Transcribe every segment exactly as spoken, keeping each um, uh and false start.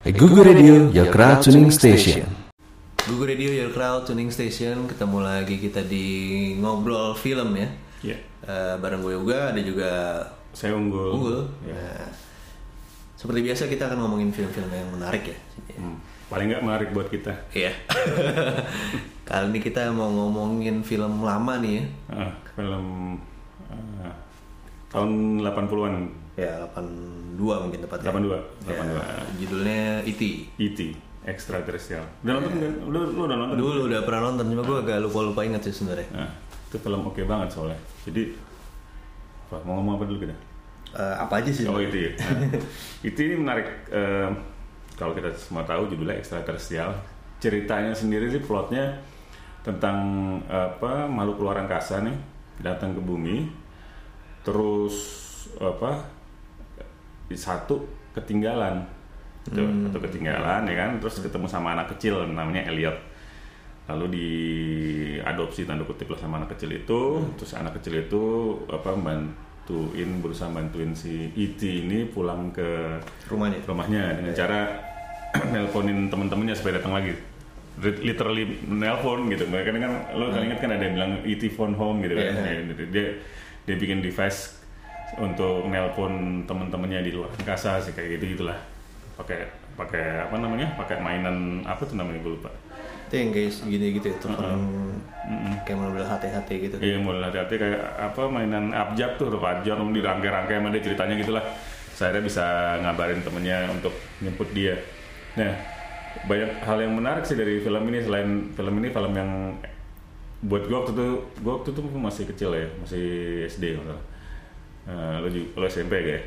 Google Radio, your crowd tuning station. Google Radio, your crowd tuning station. Ketemu lagi kita di ngobrol film ya. Iya. Yeah. Uh, bareng gue Uga, ada juga saya Unggul. Unggul. Yeah. Nah, seperti biasa kita akan ngomongin film-film yang menarik ya. Hmm. Paling nggak menarik buat kita. Iya. Kali ini kita mau ngomongin film lama nih ya. Uh, film uh, tahun delapan puluhan. Ya, delapan puluh dua mungkin tepatnya. delapan puluh dua. delapan puluh dua. Ya, judulnya E T E T Extraterrestrial. Udah nonton kan? Lu, lu udah nonton? Dulu udah pernah nonton, cuma gue agak lupa-lupa ingat sih sebenarnya. Nah, itu film oke banget soalnya. Jadi apa, mau ngomong apa dulu kita? Uh, apa aja sih? Oh, E T ya. Nah, E T ini menarik. Uh, kalau kita semua tahu judulnya Extraterrestrial. Ceritanya sendiri sih plotnya tentang apa makhluk luar angkasa nih datang ke bumi. Terus apa? Satu ketinggalan, gitu. hmm. Satu ketinggalan ya kan, terus ketemu sama anak kecil namanya Elliot, lalu diadopsi tanda kutip lah sama anak kecil itu, hmm. terus anak kecil itu apa bantuin berusaha bantuin si E T ini pulang ke rumahnya, rumahnya dengan cara nelponin teman-temannya supaya datang lagi, literally nelpon gitu. Mereka kan lo kan ingat kan ada yang bilang E T phone home gitu kan, yeah. dia dia bikin device untuk nelpon teman-temannya di luar angkasa sih kayak gitu gitulah, pakai pakai apa namanya pakai mainan apa tuh namanya gue lupa, itu yang kayak gini gitu ya, telepon uh-uh. kayak model H T H T gitu. Iya model H T H T kayak apa mainan abjad tuh, udah abjad di rangkai-rangkai sama dia ceritanya gitulah. Saya bisa ngabarin temennya untuk nyemput dia. Nah banyak hal yang menarik sih dari film ini. Selain film ini film yang buat gue waktu itu gue waktu itu masih kecil ya, masih S D gitu. Uh, lo juga lo S M P kayak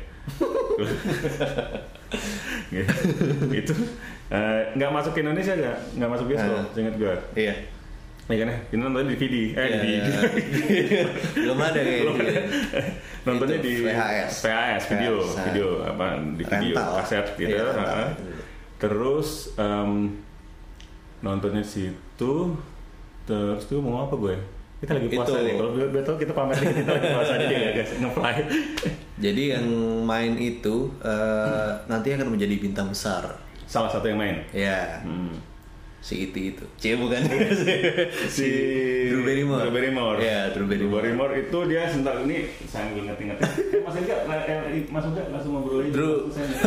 itu nggak uh, masuk ke Indonesia nggak nggak masuk bioskop, uh, ingat gue. Iya. Iya kan ya, ini nontonnya di D V D, eh yeah, di D V D. Belum ada kayak gitu. Nontonnya di V H S, V H S video, V H S, video apa di video rental, kaset gitu. Iya, uh, terus um, nontonnya situ, terus tuh mau apa gue? Kita lagi puasa itu. Nih, kalau gue tau kita pamer kita lagi puasa aja ya guys, nge-fly. Jadi yang main itu uh, nanti akan menjadi bintang besar. Salah satu yang main? Ya, hmm. si E T itu. C bukan? si Drew Barrymore. Drew Barrymore. Ya, Drew Barrymore. Drew Barrymore itu dia sebentar ini, saya gue ngerti-ngerti. Eh, Mas Eka, eh, Mas Eka langsung ngobrol aja. Drew.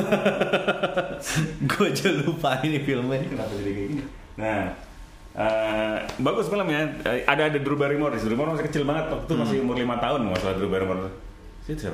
Gue aja lupa ini filmnya. Kenapa jadi kayak gini? Nah, Uh, bagus filmnya. Uh, ada ada Drew Barrymore. Drew Barrymore masih kecil banget waktu itu, hmm. masih umur lima tahun masalah Drew Barrymore. Siapa?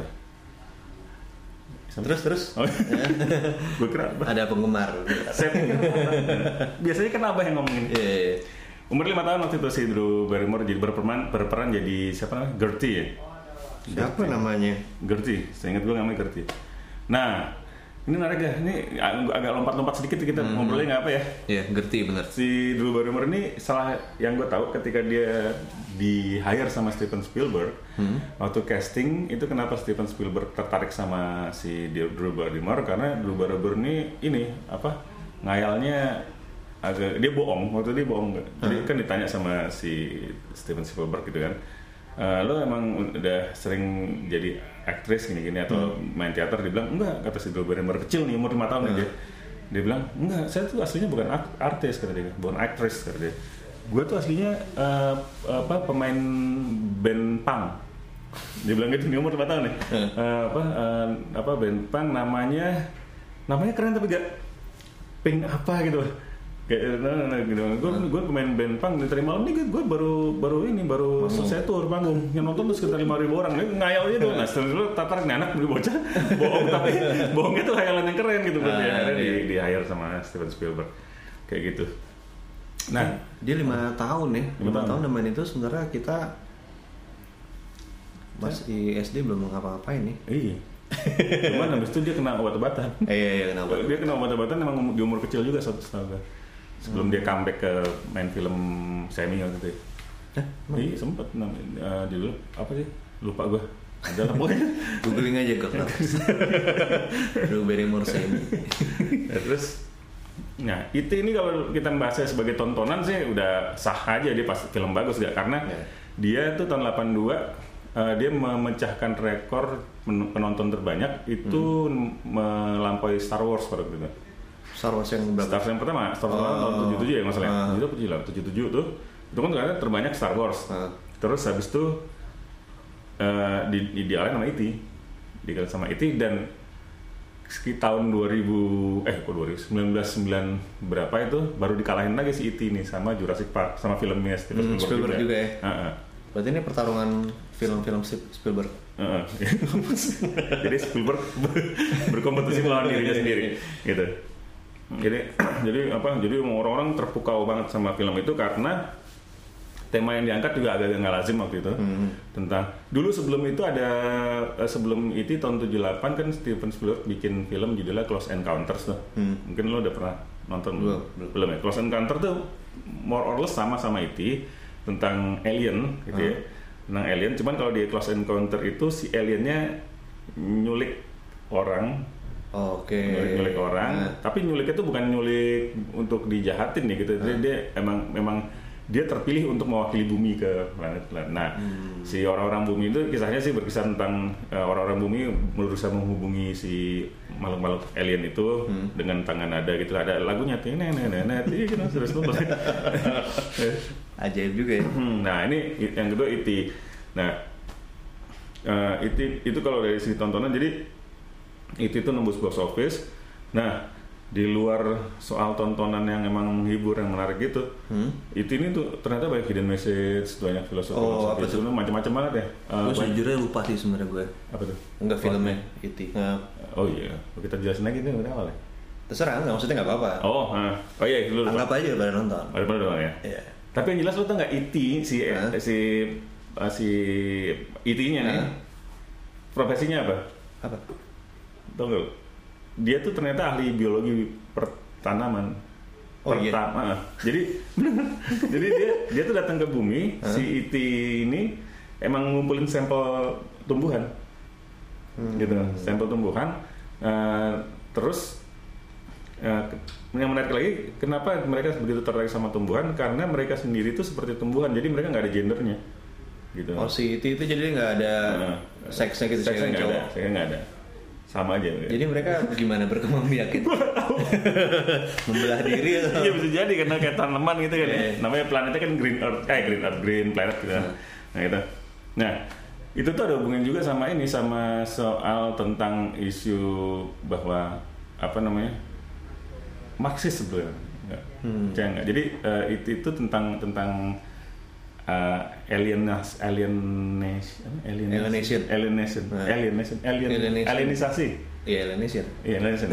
Terus terus. Oh. Gue kira ada penggemar. Biasanya kan abah yang ngomongin. Yeah, yeah. Umur lima tahun waktu itu si Drew Barrymore jadi berperan berperan jadi siapa namanya? Gertie ya. Siapa Gertie. Namanya? Gertie. Saya ingat gue namanya Gertie. Nah. Ini menarik ya, ini agak lompat-lompat sedikit kita hmm. ngobrolnya nggak apa ya? Iya, ngerti bener. Si Drew Barrymore ini salah yang gue tahu ketika dia di hire sama Steven Spielberg, hmm. waktu casting itu kenapa Steven Spielberg tertarik sama si Drew Barrymore karena Drew Barrymore ini ini apa ngayalnya agak dia bohong waktu dia bohong, jadi hmm. kan ditanya sama si Steven Spielberg gitu kan. Uh, lo emang udah sering jadi aktris gini-gini atau hmm. main teater? Dia bilang enggak, kata si Drew Barrymore kecil nih umur lima tahun hmm. aja. Dia bilang enggak, saya tuh aslinya bukan artis kata dia, bukan aktris kata dia. Gue tuh aslinya uh, apa pemain band punk. Dia bilang gitu nih umur lima tahun nih. Hmm. Uh, apa uh, apa band punk namanya namanya keren tapi gak pink apa gitu. Kayak nah, nah, gitu. Gue gue pemain band punk dari malam ini gue baru baru ini baru selesai tour panggung yang nonton tuh sekitar lima ribu orang. Dia ngayalnya tuh, nah setelah itu tatar nih anak beli bocah bohong tapi bohongnya tuh hayalan yang keren gitu berarti ah, akhirnya iya. di di hire sama Steven Spielberg kayak gitu. Nah dia lima tahun ya lima tahun, tahun main itu sebenarnya kita masih S D belum ngapa-ngapain nih. Iya. Cuman habis itu dia kena obat-obatan. Eh, iya iya kena obat. Dia kena obat-obatan memang di umur kecil juga satu setahun. Sebelum hmm. dia comeback ke main film semi waktu itu. Hah? Iya sempet namanya uh, judul apa sih? Lupa gue. Ada lah pokoknya. Googling aja kok. Drew Barrymore semi. Ya, terus, nah itu ini kalau kita membahasnya sebagai tontonan sih udah sah aja dia pas film bagus gak? Karena yeah. dia tuh tahun delapan puluh dua uh, dia memecahkan rekor penonton terbanyak itu hmm. melampaui Star Wars pada waktu itu. Star Wars yang berapa? Star Wars yang pertama, Star Wars oh. tahun tujuh puluh tujuh ya masalahnya. Uh. Itu tujuh puluh tujuh tuh. Itu kan ternyata terbanyak Star Wars. Uh. Terus habis itu uh, di di dialahin sama E T. Dikaliin sama E T dan sekitar tahun dua ribu eh kok dua ribu sembilan belas sembilan berapa itu baru dikalahin lagi si E T nih sama Jurassic Park sama filmnya Steven hmm, Spielberg juga, juga ya. Uh-uh. Berarti ini pertarungan film-film Spielberg. Uh-uh. Jadi Spielberg berkompetisi melawan dirinya sendiri, gitu. Jadi jadi apa? Jadi orang-orang terpukau banget sama film itu karena tema yang diangkat juga agak nggak lazim waktu itu. Hmm. Tentang dulu sebelum itu ada sebelum itu tahun tujuh puluh delapan kan Steven Spielberg bikin film judulnya Close Encounters tuh. Hmm. Mungkin lo udah pernah nonton belum? Belum ya. Close Encounters tuh more or less sama sama E T tentang alien gitu hmm. ya. Tentang alien, cuman kalau di Close Encounter itu si aliennya nyulik orang. Oh, Oke. Okay. Nyulik, nyulik orang, nah. Tapi nyuliknya itu bukan nyulik untuk dijahatin nih gitu. Jadi nah. dia emang memang dia terpilih untuk mewakili bumi ke planet-planet. Nah, hmm. si orang-orang bumi itu kisahnya sih berkisah tentang uh, orang-orang bumi berusaha menghubungi si makhluk-makhluk alien itu hmm. dengan tangan nada gitu. Ada lagunya tuh nenek-nenek gitu terus terus. Ajaib juga ya. Hmm, nah, ini yang kedua E T. Nah, uh, E T itu kalau dari segi tontonan jadi E T itu nembus box office. Nah, di luar soal tontonan yang emang menghibur yang menarik gitu, hmm? itu ini tuh ternyata banyak hidden message, banyak filosofi, oh, filosofi itu macam-macam banget ya. Uh, gue sejujurnya lupa sih sebenarnya gue. Apa tuh? Enggak filmnya E T. Nah. Oh iya, kita jelasin lagi nih udah awal ya. Terserah, nggak maksudnya nggak apa-apa. Oh, uh. oh iya, lu lupa. Anggap aja pada nonton. Pada pada nonton ya. Iya. Tapi yang jelas lu tau nggak E T si huh? si uh, si E T-nya nih, profesinya apa? Apa? Tau nggak? Dia tuh ternyata ahli biologi pertanaman. Oh, pertama. Iya? Jadi jadi dia dia tuh datang ke bumi, huh? si E T ini emang ngumpulin sampel tumbuhan. Hmm. Gitu, sampel tumbuhan. Uh, terus uh, yang menarik lagi, kenapa mereka begitu tertarik sama tumbuhan? Karena mereka sendiri tuh seperti tumbuhan, jadi mereka nggak ada gendernya. Gitu. Oh, si E T itu jadi nggak ada uh, seksnya gitu, seksnya nggak ada, seksnya nggak ada. Sama aja. Jadi ya. Mereka gimana berkembang biak itu? Membelah diri atau? Iya bisa jadi karena kayak tanaman gitu kan. Yeah. Namanya planetnya kan green earth, eh green earth, green planet gitu. Hmm. Nah itu. Nah itu tuh ada hubungan juga sama ini, sama soal tentang isu bahwa apa namanya Marxis sebenarnya. Hmm. Jangan. Jadi uh, itu itu tentang tentang Uh, alienas, alienation, alienation, alienation, nah. alienation, alien, alienation. alienisasi, iya alienation, iya alienation,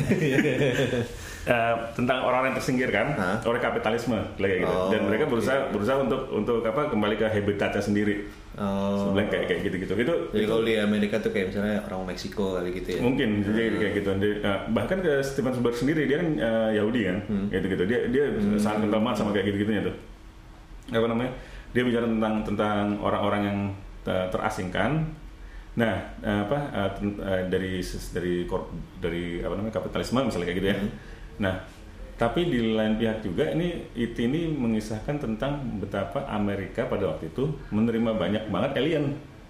uh, tentang orang-orang yang tersingkirkan huh? oleh kapitalisme, kayak gitu, oh, dan mereka berusaha okay. berusaha untuk untuk apa kembali ke habitatnya sendiri, oh. sebenarnya kayak kayak gitu-gitu, itu. Jadi kalau di Amerika tuh kayak misalnya orang Meksiko kali gitu ya? Mungkin, hmm. jadi kayak gitu, uh, bahkan ke Steven Spielberg sendiri dia kan uh, Yahudi kan, hmm. gitu-gitu, dia dia hmm. sangat kental banget sama kayak gitu-gitunya tuh, apa namanya? Dia bicara tentang tentang orang-orang yang terasingkan. Nah, apa dari dari dari apa namanya kapitalisme misalnya kayak gitu ya. Hmm. Nah, tapi di lain pihak juga ini E T ini mengisahkan tentang betapa Amerika pada waktu itu menerima banyak banget alien.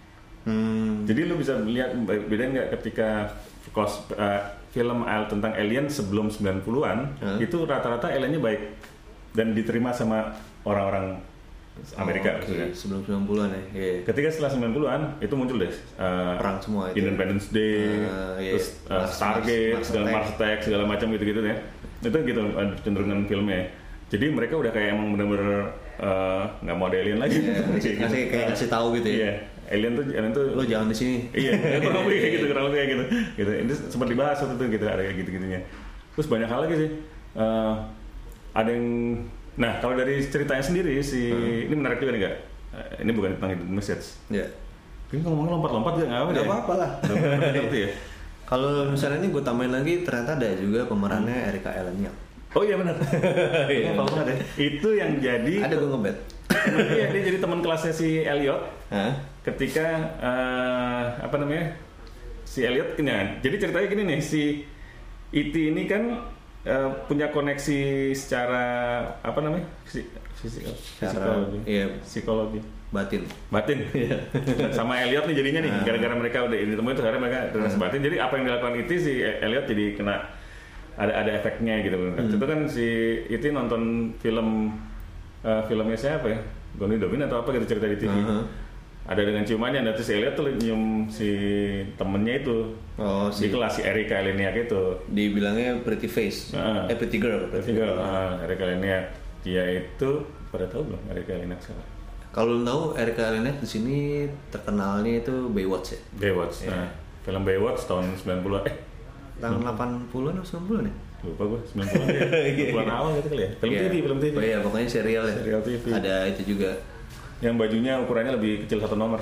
Hmm. Jadi lu bisa lihat beda nggak ketika kos, uh, film tentang alien sebelum sembilan puluhan hmm. itu rata-rata aliennya baik dan diterima sama orang-orang Amerika. Oh, okay. Sebelum sembilan puluhan ya. Yeah. Ketika setelah sembilan puluhan itu muncul deh uh, perang semua itu. Independence Day, uh, yeah. terus uh, Mars, Stargate, Mars, segala Mars Attack, segala macam gitu-gitu ya. Itu gitu cenderungan filmnya. Jadi mereka udah kayak emang bener-bener nggak uh, mau ada alien lagi. Yeah, ngasih, ngasih kayak ngasih tahu gitu ya. Iya. Alien tuh, alien tuh. Lo jangan di sini. Iya. Kurang lebih kayak gitu, kurang lebih kayak gitu. Gitu. Ini sempat dibahas waktu itu gitu, ada kayak gitu-gitunya. Terus banyak hal lagi sih. Uh, ada yang Nah, kalau dari ceritanya sendiri si hmm. ini menarik juga nih Kak. Uh, ini bukan tentang hidden message. Iya. Ini ngomongnya lompat-lompat juga nggak apa-apa. Nggak apa-apa lah. ya. Kalau misalnya ini gue tambahin lagi, ternyata ada juga pemerannya hmm. Erika Eleniak. Oh iya benar. Iya banget ya. Itu yang jadi. Ada gue ngebet. Iya dia jadi teman kelasnya si Elliot. Hah? Ketika uh, apa namanya si Elliot ini. Nah, jadi ceritanya gini nih si E T ini kan. Uh, punya koneksi secara apa namanya fisik psikologi iya psikologi batin batin sama Elliot nih jadinya nih nah. gara-gara mereka udah ditemuin terus akhirnya mereka relasi hmm. batin jadi apa yang dilakukan itu si Elliot jadi kena ada ada efeknya gitu. Hmm. Itu kan si itu nonton film uh, filmnya siapa ya? Goni Dobin atau apa gitu cerita di T V. Uh-huh. Ada dengan ciumannya, nanti saya lihat tuh nyium si temennya itu. Oh, si di kelas si Erika Eleniak itu. Dibilangnya pretty face. Uh, eh pretty girl, pretty, pretty girl. girl. Uh, Erika Eleniak. Dia itu pada tahu belum Erika Eleniak siapa? Kalau lu tahu Erika Eleniak di sini terkenalnya itu Baywatch ya. Baywatch. Yeah. Nah, film Baywatch tahun sembilan puluhan eh tahun delapan puluhan atau sembilan puluhan ya? Lupa gue, sembilan puluhan ya. sembilan puluhan awal gitu kali ya. Film yeah. T V, film T V. Oh iya, pokoknya serial ya. Serial T V. Ada itu juga. Yang bajunya ukurannya lebih kecil satu nomor.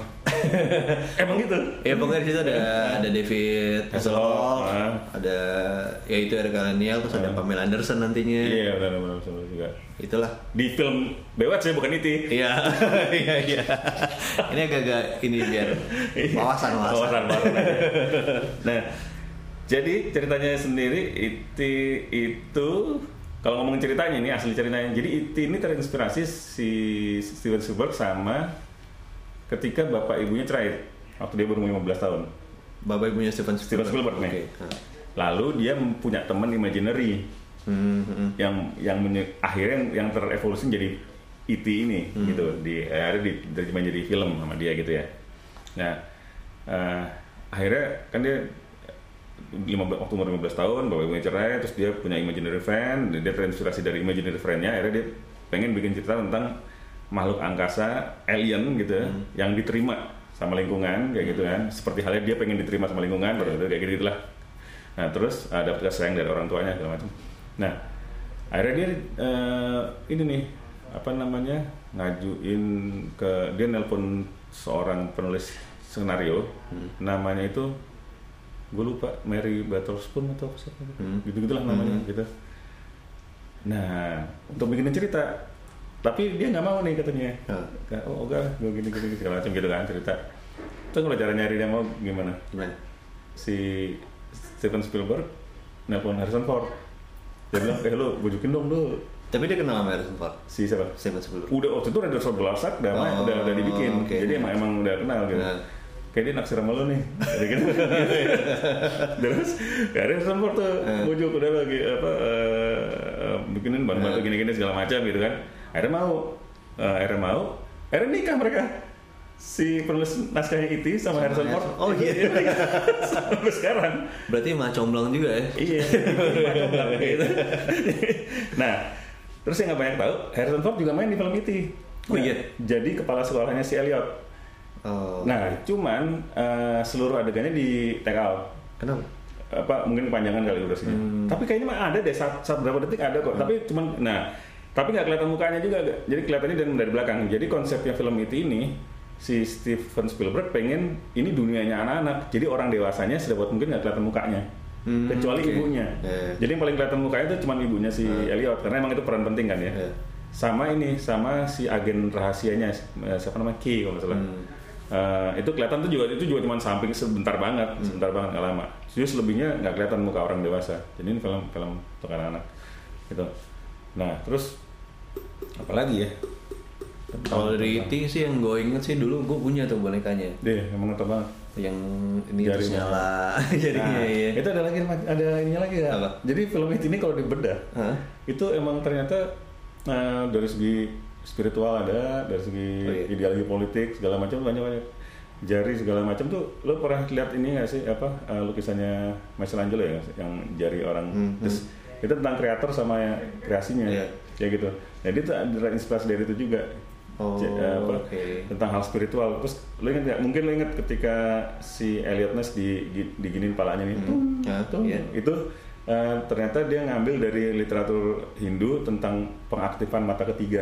Emang gitu? Ya pokoknya di situ ada ada David Hasselhoff, uh. ada ya itu Erika Eleniak, terus uh. ada Pamela Anderson nantinya. Iya benar benar juga. Itulah di film Baywatch ya, bukan itu. Iya iya iya. Ini agak-agak ini biar wawasan wawasan. Wawasan baru. Nah, jadi ceritanya sendiri itu itu kalau ngomongin ceritanya ini asli ceritanya. Jadi itu ini terinspirasi si Steven Spielberg sama ketika bapak ibunya cerai waktu dia baru lima belas tahun. Bapak ibunya Steven Spielberg. Steven Spielberg nih. Okay. Lalu dia punya teman imaginary hmm. yang yang menye- akhirnya yang terevolusi jadi E T ini hmm. gitu. Di akhirnya diterjemah jadi film sama dia gitu ya. Nah, uh, akhirnya kan dia lima belas, waktu umur lima belas tahun, bapak ibunya cerai, terus dia punya imaginary friend, dia terinspirasi dari imaginary friend-nya, akhirnya dia pengen bikin cerita tentang makhluk angkasa, alien gitu, hmm. yang diterima sama lingkungan, kayak gitu kan, seperti halnya dia pengen diterima sama lingkungan, baru kayak gitu gitulah. Nah terus uh, dapat kasih sayang dari orang tuanya segala macam. Nah akhirnya dia uh, ini nih apa namanya ngajuin ke dia nelpon seorang penulis skenario, hmm. namanya itu gue lupa, Mary Battlespoon atau apa sih, hmm. gitu-gitulah namanya hmm. gitu. Nah untuk bikinin cerita, tapi dia nggak mau nih katanya. Hmm. Oh enggak, gue gini-gini segala macam gitu kan cerita. Terus kalau cara nyari dia mau gimana? Gimana? Si Steven Spielberg nelpon Harrison Ford. Dia bilang, eh lo bujukin dong lo. Tapi dia kenal sama Harrison Ford? Si siapa? Steven Spielberg. Udah waktu itu Raiders of the Lost Ark udah, oh, udah, udah dibikin. Okay. Jadi emang emang udah kenal gitu. Nah. Kayak dia naksir sama lo nih. Terus Harrison Ford tuh bujuk udah lagi apa uh, bikinin bantu-bantu gini-gini segala macam gitu kan. Akhirnya mau, uh, akhirnya mau, akhirnya nikah mereka. Si penulis naskahnya E T sama, sama Harrison Ford. Oh iya. Sampai sekarang. Berarti mah comblang juga ya? Iya. Mah comblang gitu. Nah, terus yang nggak banyak tahu, Harrison Ford juga main di film E T. Oh iya. Jadi kepala sekolahnya si Elliot. Oh. Nah, cuman uh, seluruh adegannya di take out. Kenapa? Apa mungkin kepanjangan kali durasinya. Hmm. Tapi kayaknya mah ada deh saat, saat berapa detik ada kok. Hmm. Tapi cuman, nah, tapi nggak kelihatan mukanya juga. Jadi kelihatannya dari, dari belakang. Jadi konsepnya film E T ini, si Steven Spielberg pengen ini dunianya anak-anak. Jadi orang dewasanya sudah buat mungkin nggak kelihatan mukanya. Hmm, kecuali okay. ibunya. Yeah. Jadi yang paling kelihatan mukanya itu cuma ibunya si hmm. Elliot, karena emang itu peran penting kan ya. Yeah. Sama ini, sama si agen rahasianya siapa namanya Key kalau nggak salah. Hmm. Uh, itu kelihatan tuh juga itu juga cuma samping sebentar banget, hmm. sebentar banget nggak lama. Jadi selebihnya nggak kelihatan muka orang dewasa. Jadi ini film film untuk anak-anak gitu. Nah terus apalagi ya? Kalau dari E T sih yang gue inget sih dulu gue punya tuh bonekanya. Deh, emang ngetop banget. Yang ini terus nyala. Jadinya nah, iya. Itu ada lagi ada ininya lagi ya. Apa? Jadi film E T ini kalau dibedah, huh? itu emang ternyata uh, dari segi spiritual ada, dari segi oh, iya. ideologi politik segala macam banyak banyak jari segala macam tuh. Lo pernah lihat ini nggak sih apa uh, lukisannya Michelangelo ya yang jari orang hmm, terus hmm. itu tentang kreator sama ya, kreasinya yeah. ya gitu. Jadi itu ada inspirasi dari itu juga. Oh, J- apa, okay. tentang hal spiritual. Terus lo ingat nggak? Mungkin lo ingat ketika si Elliot Ness di, di diginin palanya nih, hmm. tuh, ya, tuh, yeah. itu uh, ternyata dia ngambil dari literatur Hindu tentang pengaktifan mata ketiga.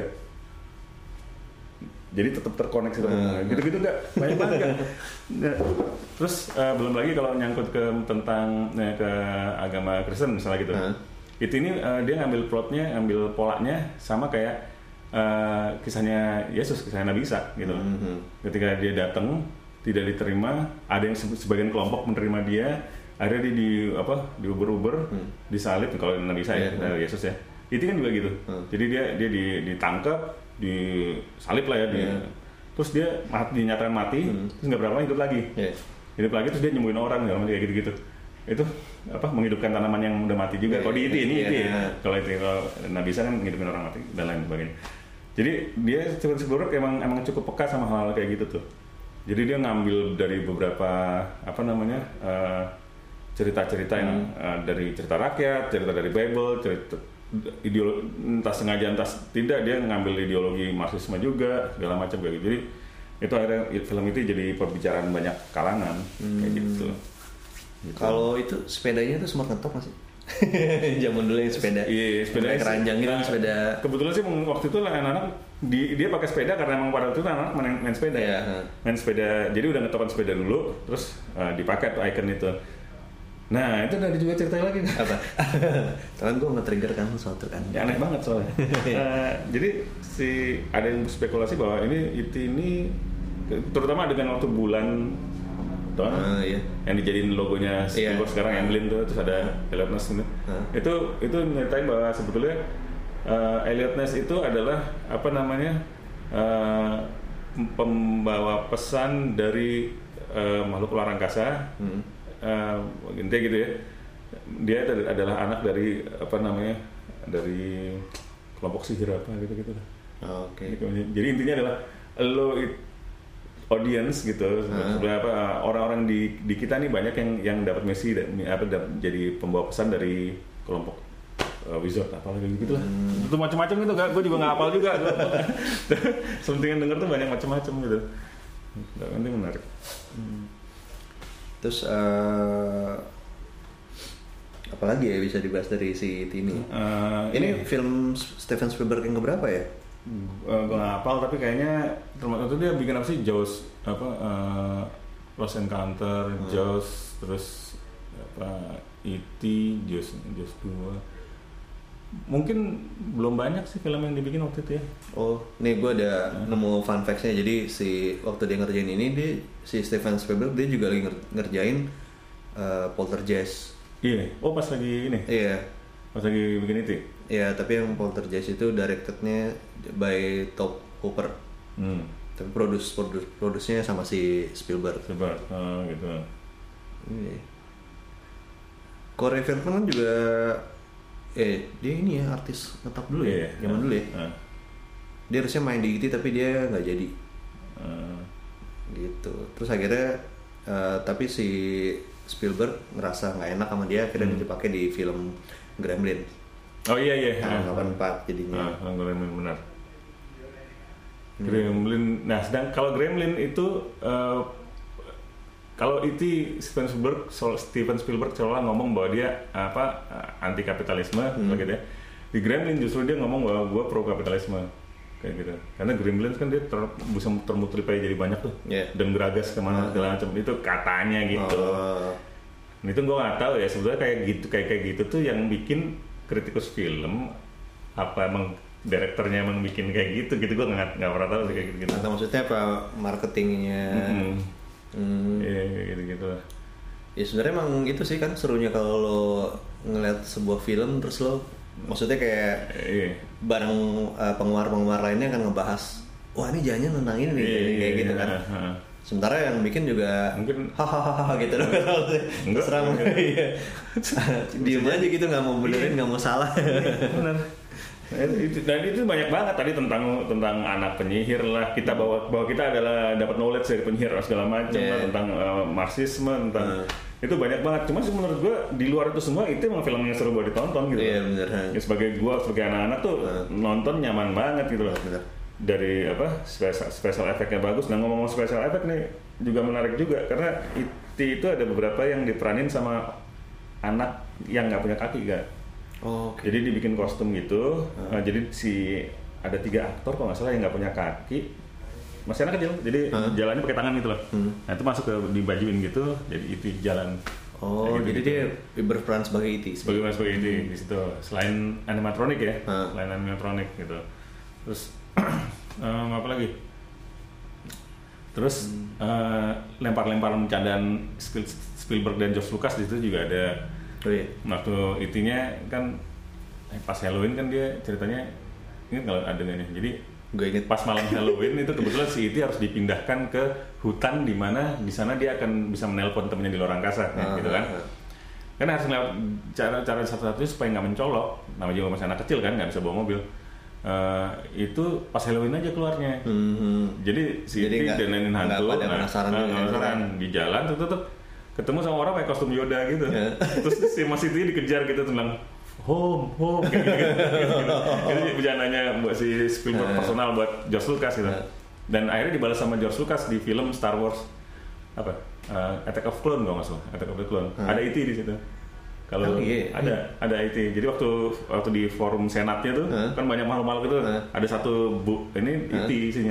Jadi tetap terkoneksi sama hmm. gitu-gitu nggak banyak banget kan. Nah, terus uh, belum lagi kalau nyangkut ke tentang ya, ke agama Kristen misalnya gitu. Hmm. Itu ini uh, dia ngambil plotnya, ngambil polanya sama kayak uh, kisahnya Yesus, kisahnya Nabi Isa gitu. Hmm. Ketika dia datang tidak diterima, ada yang sebagian kelompok menerima dia, akhirnya dia di apa diuber-uber, hmm. disalib kalau Nabi Isa yeah, ya, hmm. Yesus ya. Itu kan juga gitu. Hmm. Jadi dia dia ditangkap, disalib lah ya dia. Yeah. Terus dia mati, dinyatakan mati, hmm. terus nggak berapa lama hidup lagi. Yeah. Hidup lagi terus dia nyembuhin orang, kayak gitu-gitu. itu apa menghidupkan tanaman yang udah mati juga. Kalau di E T ini E T yeah. kalau itu kalau nah bisa kan menghidupkan orang mati dan lain sebagainya. Jadi dia Steven Spielberg emang emang cukup peka sama hal-hal kayak gitu tuh. Jadi dia ngambil dari beberapa apa namanya uh, cerita-cerita yang hmm. uh, dari cerita rakyat, cerita dari Bible, cerita ideologi entah sengaja entah tidak dia ngambil ideologi Marxisme juga segala macam kayak gitu. Jadi itu akhirnya film itu jadi pembicaraan banyak kalangan hmm. kayak gitu. Gitu. Kalau itu sepedanya itu sempat ngetop masih? Zaman dulu yang sepeda. Iya, sepeda keranjang gitu, nah, sepeda. Kebetulan sih waktu itu anak-anak di, dia pakai sepeda karena emang pada waktu itu anak-anak main, main sepeda. Ya, main sepeda. Jadi udah ngetopan sepeda dulu, terus uh, dipakai tuh icon itu. Nah, itu udah juga ceritanya lagi. Apa? Karena gue nge-trigger kan sesuatu kan. Ya, aneh banget soalnya. uh, jadi si ada yang spekulasi bahwa ini itu ini terutama dengan waktu bulan Tuh, uh, iya. yang dijadiin logonya Spielberg yeah. sekarang Emblem tuh, terus ada Elliot Ness gitu. Uh. Itu itu nyeritain bahwa sebetulnya uh, Elliot Ness itu adalah apa namanya uh, pembawa pesan dari uh, makhluk luar angkasa. Hmm. Uh, intinya gitu ya. Dia adalah anak dari apa namanya dari kelompok sihir apa gitu-gitu. Oh, Oke. Okay. Gitu. Jadi intinya adalah lo it, audience gitu, uh. apa orang-orang di di kita nih banyak yang yang dapat misi dan apa dapat jadi pembawa pesan dari kelompok uh, wizard apa lagi gitu lah. Hmm. Itu macam-macam gitu kan, gue juga nggak hafal juga. Sementingan denger tuh banyak macam-macam gitu. Nanti menarik. Hmm. Terus uh, apalagi ya bisa dibahas dari si ini? Uh, ini iya. Film Steven Spielberg yang keberapa ya? Uh, gue nggak hafal tapi kayaknya termasuk itu dia bikin apa sih Jaws apa uh, Lost Encounter, hmm. Jaws terus apa E T, Jaws Jaws dua mungkin belum banyak sih film yang dibikin waktu itu ya. Oh, nih gue ada hmm. nemu fun facts-nya. Jadi si waktu dia ngerjain ini dia si Steven Spielberg dia juga lagi ngerjain uh, Poltergeist. Iya. Oh pas lagi ini. Iya. Pas lagi bikin itu. Ya, tapi yang Poltergeist itu directednya by Tobe Hooper. Hmm. Tapi produce produce produce-nya sama si Spielberg. Spielberg, oh, gitu. Iya. Corey Feldman kan juga, eh dia ini ya artis ngetop dulu ya, yeah, zaman uh, dulu ya. Uh. Dia harusnya main di E T tapi dia nggak jadi. Uh. Gitu. Terus akhirnya, uh, tapi si Spielberg ngerasa nggak enak sama dia, akhirnya hmm. dipakai di film Gremlin. Oh iya iya. Nah, delapan empat jadinya. Ah, Gremlin benar. Hmm. Gremlin. Nah, sedang kalau Gremlin itu uh, kalau itu Steven Spielberg, Steven Spielberg selalu ngomong bahwa dia apa anti kapitalisme hmm. gitu ya. Di Gremlin justru dia ngomong bahwa gue pro kapitalisme kayak gitu. Karena Gremlin kan dia ter, bisa termultiply jadi banyak tuh yeah. dan beragas kemana segala macam itu katanya gitu. Oh. Nah, itu gue nggak tahu ya sebetulnya kayak gitu kayak kayak gitu tuh yang bikin kritikus film apa emang direkturnya emang bikin kayak gitu gitu gue nggak nggak pernah tahu sih kayak gitu gitu. Atau maksudnya apa marketingnya? Mm-hmm. Hmm. Iya gitu gitu lah. Ya sebenarnya emang itu sih kan serunya kalau lo ngeliat sebuah film terus lo maksudnya kayak iya. bareng uh, penggemar-penggemar lainnya kan ngebahas wah ini jangan tentang ini nih iya, kayak gitu kan. Uh, uh. Sementara yang bikin juga mungkin hahaha gitu loh. Enggak serang. Iya. Diem aja gitu nggak mau benerin nggak mau salah. Benar. Dan itu banyak banget tadi tentang tentang anak penyihir lah kita bawa bahwa kita adalah dapat knowledge dari penyihir segala macam yeah. lah tentang uh, Marxisme tentang uh. itu banyak banget. Cuma sih menurut gue di luar itu semua itu emang film yang seru buat ditonton gitu. Iya yeah, benar. Ya, sebagai gue sebagai anak-anak tuh uh. nonton nyaman banget gitu loh. Benar. Dari apa special special effect-nya bagus. Nah ngomong-ngomong special effect nih juga menarik juga karena itu itu ada beberapa yang diperanin sama anak yang nggak punya kaki kan. Oh, okay. Jadi dibikin kostum gitu. Uh. Nah, jadi si ada tiga aktor kalau nggak salah yang nggak punya kaki. Masih anak kecil. Jadi uh. jalannya pakai tangan gitu loh. Hmm. Nah itu masuk ke dibajuin gitu. Jadi itu jalan. Oh gitu, jadi gitu. Dia berperan sebagai E T. Sebagai sebagai E T hmm. di situ. Selain animatronik ya. Uh. Selain animatronik gitu. Terus um, apa lagi? Terus hmm. uh, lempar-lempar candaan Spielberg dan George Lucas di situ juga ada. Oh iya. Waktu itinya kan pas Halloween kan dia ceritanya ingat kalau ada nih. Jadi gue inget pas malam Halloween itu kebetulan si Iti harus dipindahkan ke hutan di mana di sana dia akan bisa menelpon temennya di luar angkasa, uh, gitu kan. Uh, uh. Kan harus ngeliat cara cara satu-satunya supaya nggak mencolok. Namanya juga masih anak kecil kan, nggak bisa bawa mobil. Uh, itu pas Halloween aja keluarnya. Hmm. Jadi si Iti dandanin hantu, nah, penasaran, nah, penasaran di jalan tuh tuh ketemu sama orang pakai kostum Yoda gitu. Yeah. Terus si Mas Iti dikejar gitu tentang home, home kayak gitu. gitu, gitu. Itu bercandanya buat si Spielberg yeah. personal buat George Lucas gitu. Yeah. Dan akhirnya dibalas sama George Lucas di film Star Wars apa? Uh, Attack of Clone kalau nggak salah, Attack of the Clone. Hmm. Ada E T di situ. Kalau oh, iya. ada ada E T. Jadi waktu waktu di forum senatnya tuh huh? kan banyak makhluk-makhluk itu. Huh? Ada satu bu ini huh? E T isinya.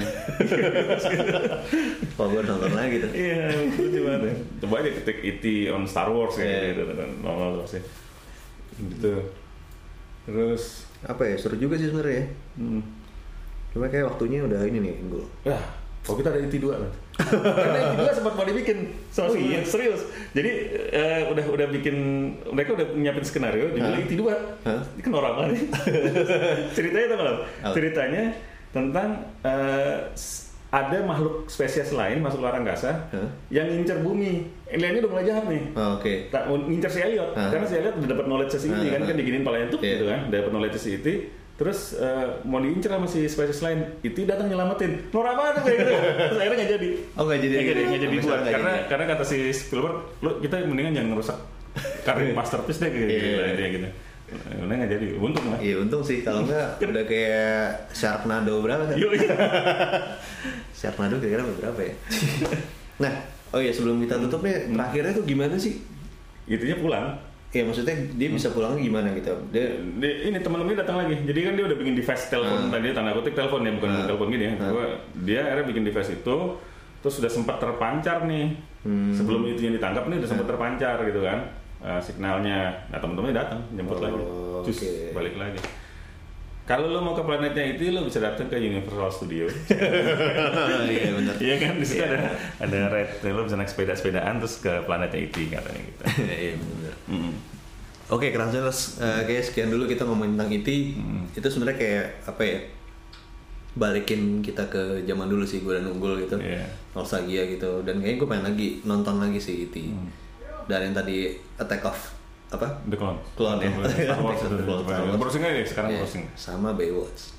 Oh, gue nonton lagi tuh. Iya, lucu banget. Coba aja ketik E T on Star Wars kayak yeah. gitu kan. Nongol sih. Gitu. Terus apa ya? Seru juga sih sebenarnya. Hmm. Cuma kayak waktunya udah ini nih, Gul. Ya. Oh kita ada E T dua kan? Karena E T dua sempat mau dibikin sama oh, iya. serius. Jadi uh, udah udah bikin mereka udah nyiapin skenario judulnya E T dua. Huh? Ini kan orang mana? Ceritanya itu malam. Oh. Ceritanya tentang uh, ada makhluk spesies lain masuk luar angkasa huh? yang ngincer bumi. Aliennya udah mulai jahat nih. Oh, Oke. Okay. Ngincer si Elliot. Huh? Karena si Elliot udah dapat knowledge si E T kan, kan diginin palanya tuh yeah. gitu kan, dapat knowledge si E T. Terus uh, mau diincer sama si spesies lain, E T datang nyelamatin. Norak banget kayak gitu. Terus akhirnya nggak jadi. Oh nggak jadi. Nggak jadi, nggak jadi buat. Karena jadi. karena kata si Spielberg, lo kita mendingan jangan ngerusak karya masterpiece deh kayak gitu. Dia gitu. Udah nggak jadi. Untung lah. Iya untung sih. Kalau nggak udah kayak Sharknado berapa kan? Sharknado kira-kira berapa ya? Nah, oh iya sebelum kita tutup nih, terakhirnya tuh gimana sih? Itunya pulang. Iya maksudnya dia bisa pulangnya gimana gitu? Dia, dia ini teman-temannya datang lagi. Jadi kan dia udah bikin device telepon, hmm. tadi tanda kutip telepon ya, bukan hmm. telepon gini ya. Hmm. Dia akhirnya bikin device itu, terus sudah sempat terpancar nih. Hmm. Sebelum itu yang ditangkap nih udah sempat hmm. terpancar gitu kan uh, signalnya. Nah teman-temannya datang jemput oh, lagi, terus okay. balik lagi. Kalau lo mau ke planetnya itu lo bisa datang ke Universal Studio. Iya benar. Iya kan di situ yeah. ada ada ride, lo bisa naik sepeda-sepedaan terus ke planetnya itu katanya gitu. Iya benar. Mm. Oke, Kranzers, uh, kayak sekian dulu kita ngomongin tentang E T. Mm. Itu sebenarnya kayak apa ya? Balikin kita ke zaman dulu sih, gue dan Unggul gitu. Yeah. Nostalgia gitu. Dan kayaknya gue pengen lagi nonton lagi sih E T. Mm. Dan yang tadi Attack of apa? The Clone. Clone ya. Browsing aja sekarang yeah. browsing. Sama Baywatch.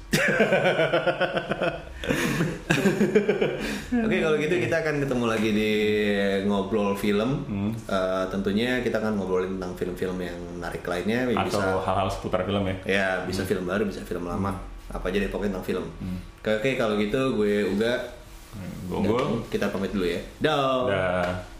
Oke, okay, kalau gitu kita akan ketemu lagi di ngobrol film. Hmm. Uh, tentunya kita akan ngobrolin tentang film-film yang menarik lainnya. Atau bisa hal-hal seputar film ya. Ya, bisa hmm. film baru, bisa film lama. Hmm. Apa aja deh pokoknya tentang film. Hmm. Oke, okay, kalau gitu gue Uga. Hmm. Gue kita pamit dulu ya. Dah.